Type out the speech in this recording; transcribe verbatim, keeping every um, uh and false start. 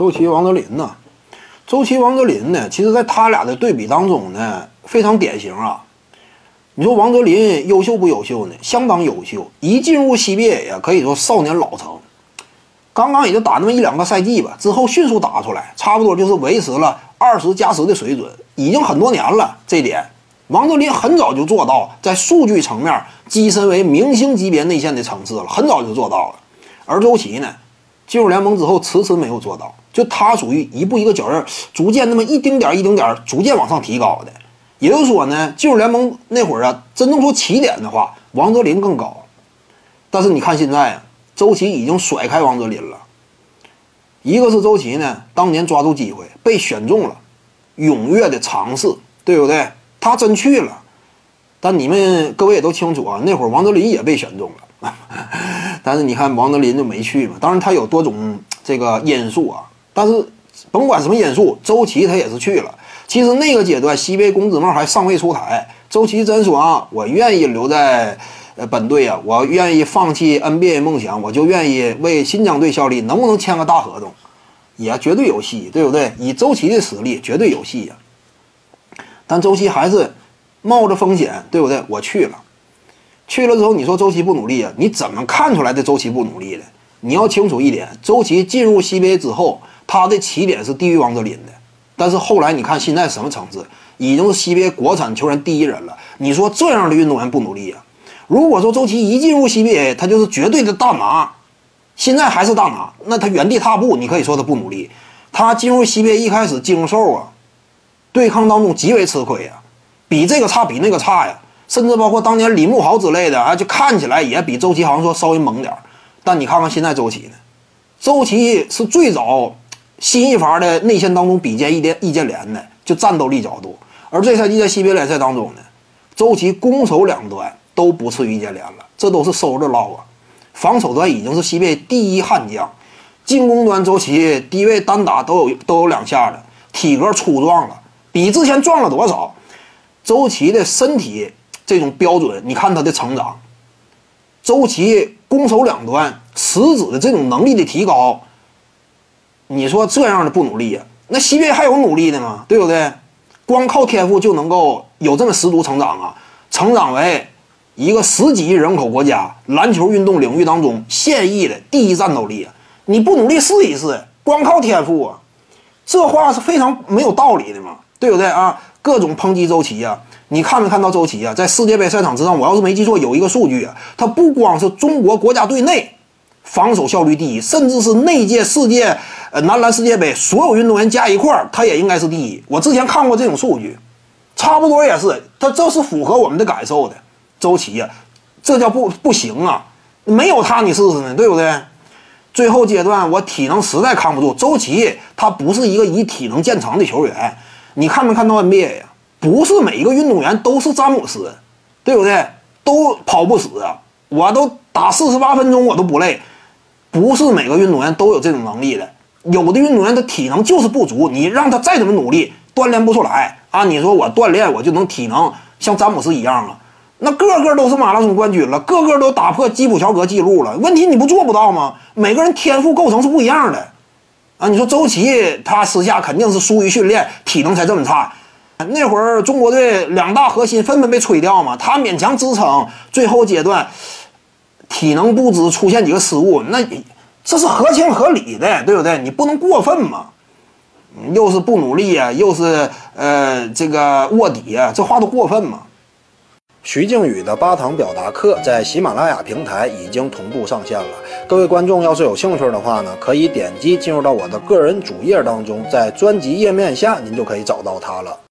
周琦、王哲林呢？周琦、王哲林呢？其实，在他俩的对比当中呢，非常典型啊。你说王哲林优秀不优秀呢？相当优秀。一进入 C B A 呀，可以说少年老成。刚刚也就打那么一两个赛季吧，之后迅速打出来，差不多就是维持了二十加十的水准，已经很多年了。这点，王哲林很早就做到在数据层面跻身为明星级别内线的层次了，很早就做到了。而周琦呢，进入联盟之后迟迟没有做到，就他属于一步一个脚印，逐渐那么一丁点一丁点逐渐往上提高的。也就是说呢，进入联盟那会儿啊，真正说起点的话，王哲林更高。但是你看现在啊，周琦已经甩开王哲林了。一个是周琦呢，当年抓住机会被选中了，踊跃的尝试，对不对？他真去了。但你们各位也都清楚啊，那会儿王哲林也被选中了。但是你看王哲林就没去嘛，当然他有多种这个因素啊，但是甭管什么因素，周琦他也是去了。其实那个阶段 C B A 公子帽还尚未出台，周琦真说啊，我愿意留在呃本队啊，我愿意放弃 N B A 梦想，我就愿意为新疆队效力，能不能签个大合同？也绝对有戏，对不对？以周琦的实力，绝对有戏呀、啊。但周琦还是冒着风险，对不对？我去了。去了之后，你说周琦不努力啊？你怎么看出来的周琦不努力的？你要清楚一点，周琦进入 C B A 之后，他的起点是低于王哲林的。但是后来你看现在什么层次，已经是 C B A 国产球员第一人了。你说这样的运动员不努力啊？如果说周琦一进入 C B A， 他就是绝对的大拿，现在还是大拿，那他原地踏步，你可以说他不努力。他进入 C B A 一开始肌肉瘦啊，对抗当中极为吃亏啊，比这个差，比那个差呀。甚至包括当年李慕豪之类的啊，就看起来也比周琦好像说稍微猛点。但你看看现在周琦呢，周琦是最早新一法的内线当中比肩易建易建联的，就战斗力角度。而这赛季在 C B A 联赛当中呢，周琦攻守两端都不次于易建联了，这都是收着捞啊。防守端已经是 C B A 第一悍将，进攻端周琦低位单打都有都有两下的，体格粗壮了，比之前壮了多少？周琦的身体这种标准，你看他的成长，周琦攻守两端实质的这种能力的提高，你说这样的不努力啊？那 C B A 还有努力的吗？对不对？光靠天赋就能够有这么十足成长啊？成长为一个十几亿人口国家篮球运动领域当中现役的第一战斗力啊！你不努力试一试，光靠天赋啊？这话是非常没有道理的嘛，对不对啊？各种抨击周琦啊，你看没看到周琦啊？在世界杯赛场之上，我要是没记错，有一个数据啊，他不光是中国国家队内防守效率第一，甚至是那届世界呃男篮世界杯所有运动员加一块儿，他也应该是第一。我之前看过这种数据，差不多也是，他这是符合我们的感受的。周琦呀、啊，这叫不不行啊！没有他你试试呢，对不对？最后阶段我体能实在扛不住，周琦他不是一个以体能见长的球员。你看没看到 N B A 呀？不是每一个运动员都是詹姆斯，对不对？都跑不死啊！我都打四十八分钟我都不累，不是每个运动员都有这种能力的。有的运动员的体能就是不足，你让他再怎么努力，锻炼不出来啊！你说我锻炼我就能体能像詹姆斯一样啊？那个个都是马拉松冠军了，个个都打破基普乔格记录了。问题你不做不到吗？每个人天赋构成是不一样的。啊，你说周琦他私下肯定是疏于训练，体能才这么差。那会儿中国队两大核心纷纷被吹掉嘛，他勉强支撑，最后阶段体能不支出现几个失误，那这是合情合理的，对不对？你不能过分嘛，又是不努力啊，又是呃这个卧底啊，这话都过分嘛。徐静宇的八堂表达课在喜马拉雅平台已经同步上线了，各位观众要是有兴趣的话呢，可以点击进入到我的个人主页当中，在专辑页面下您就可以找到它了。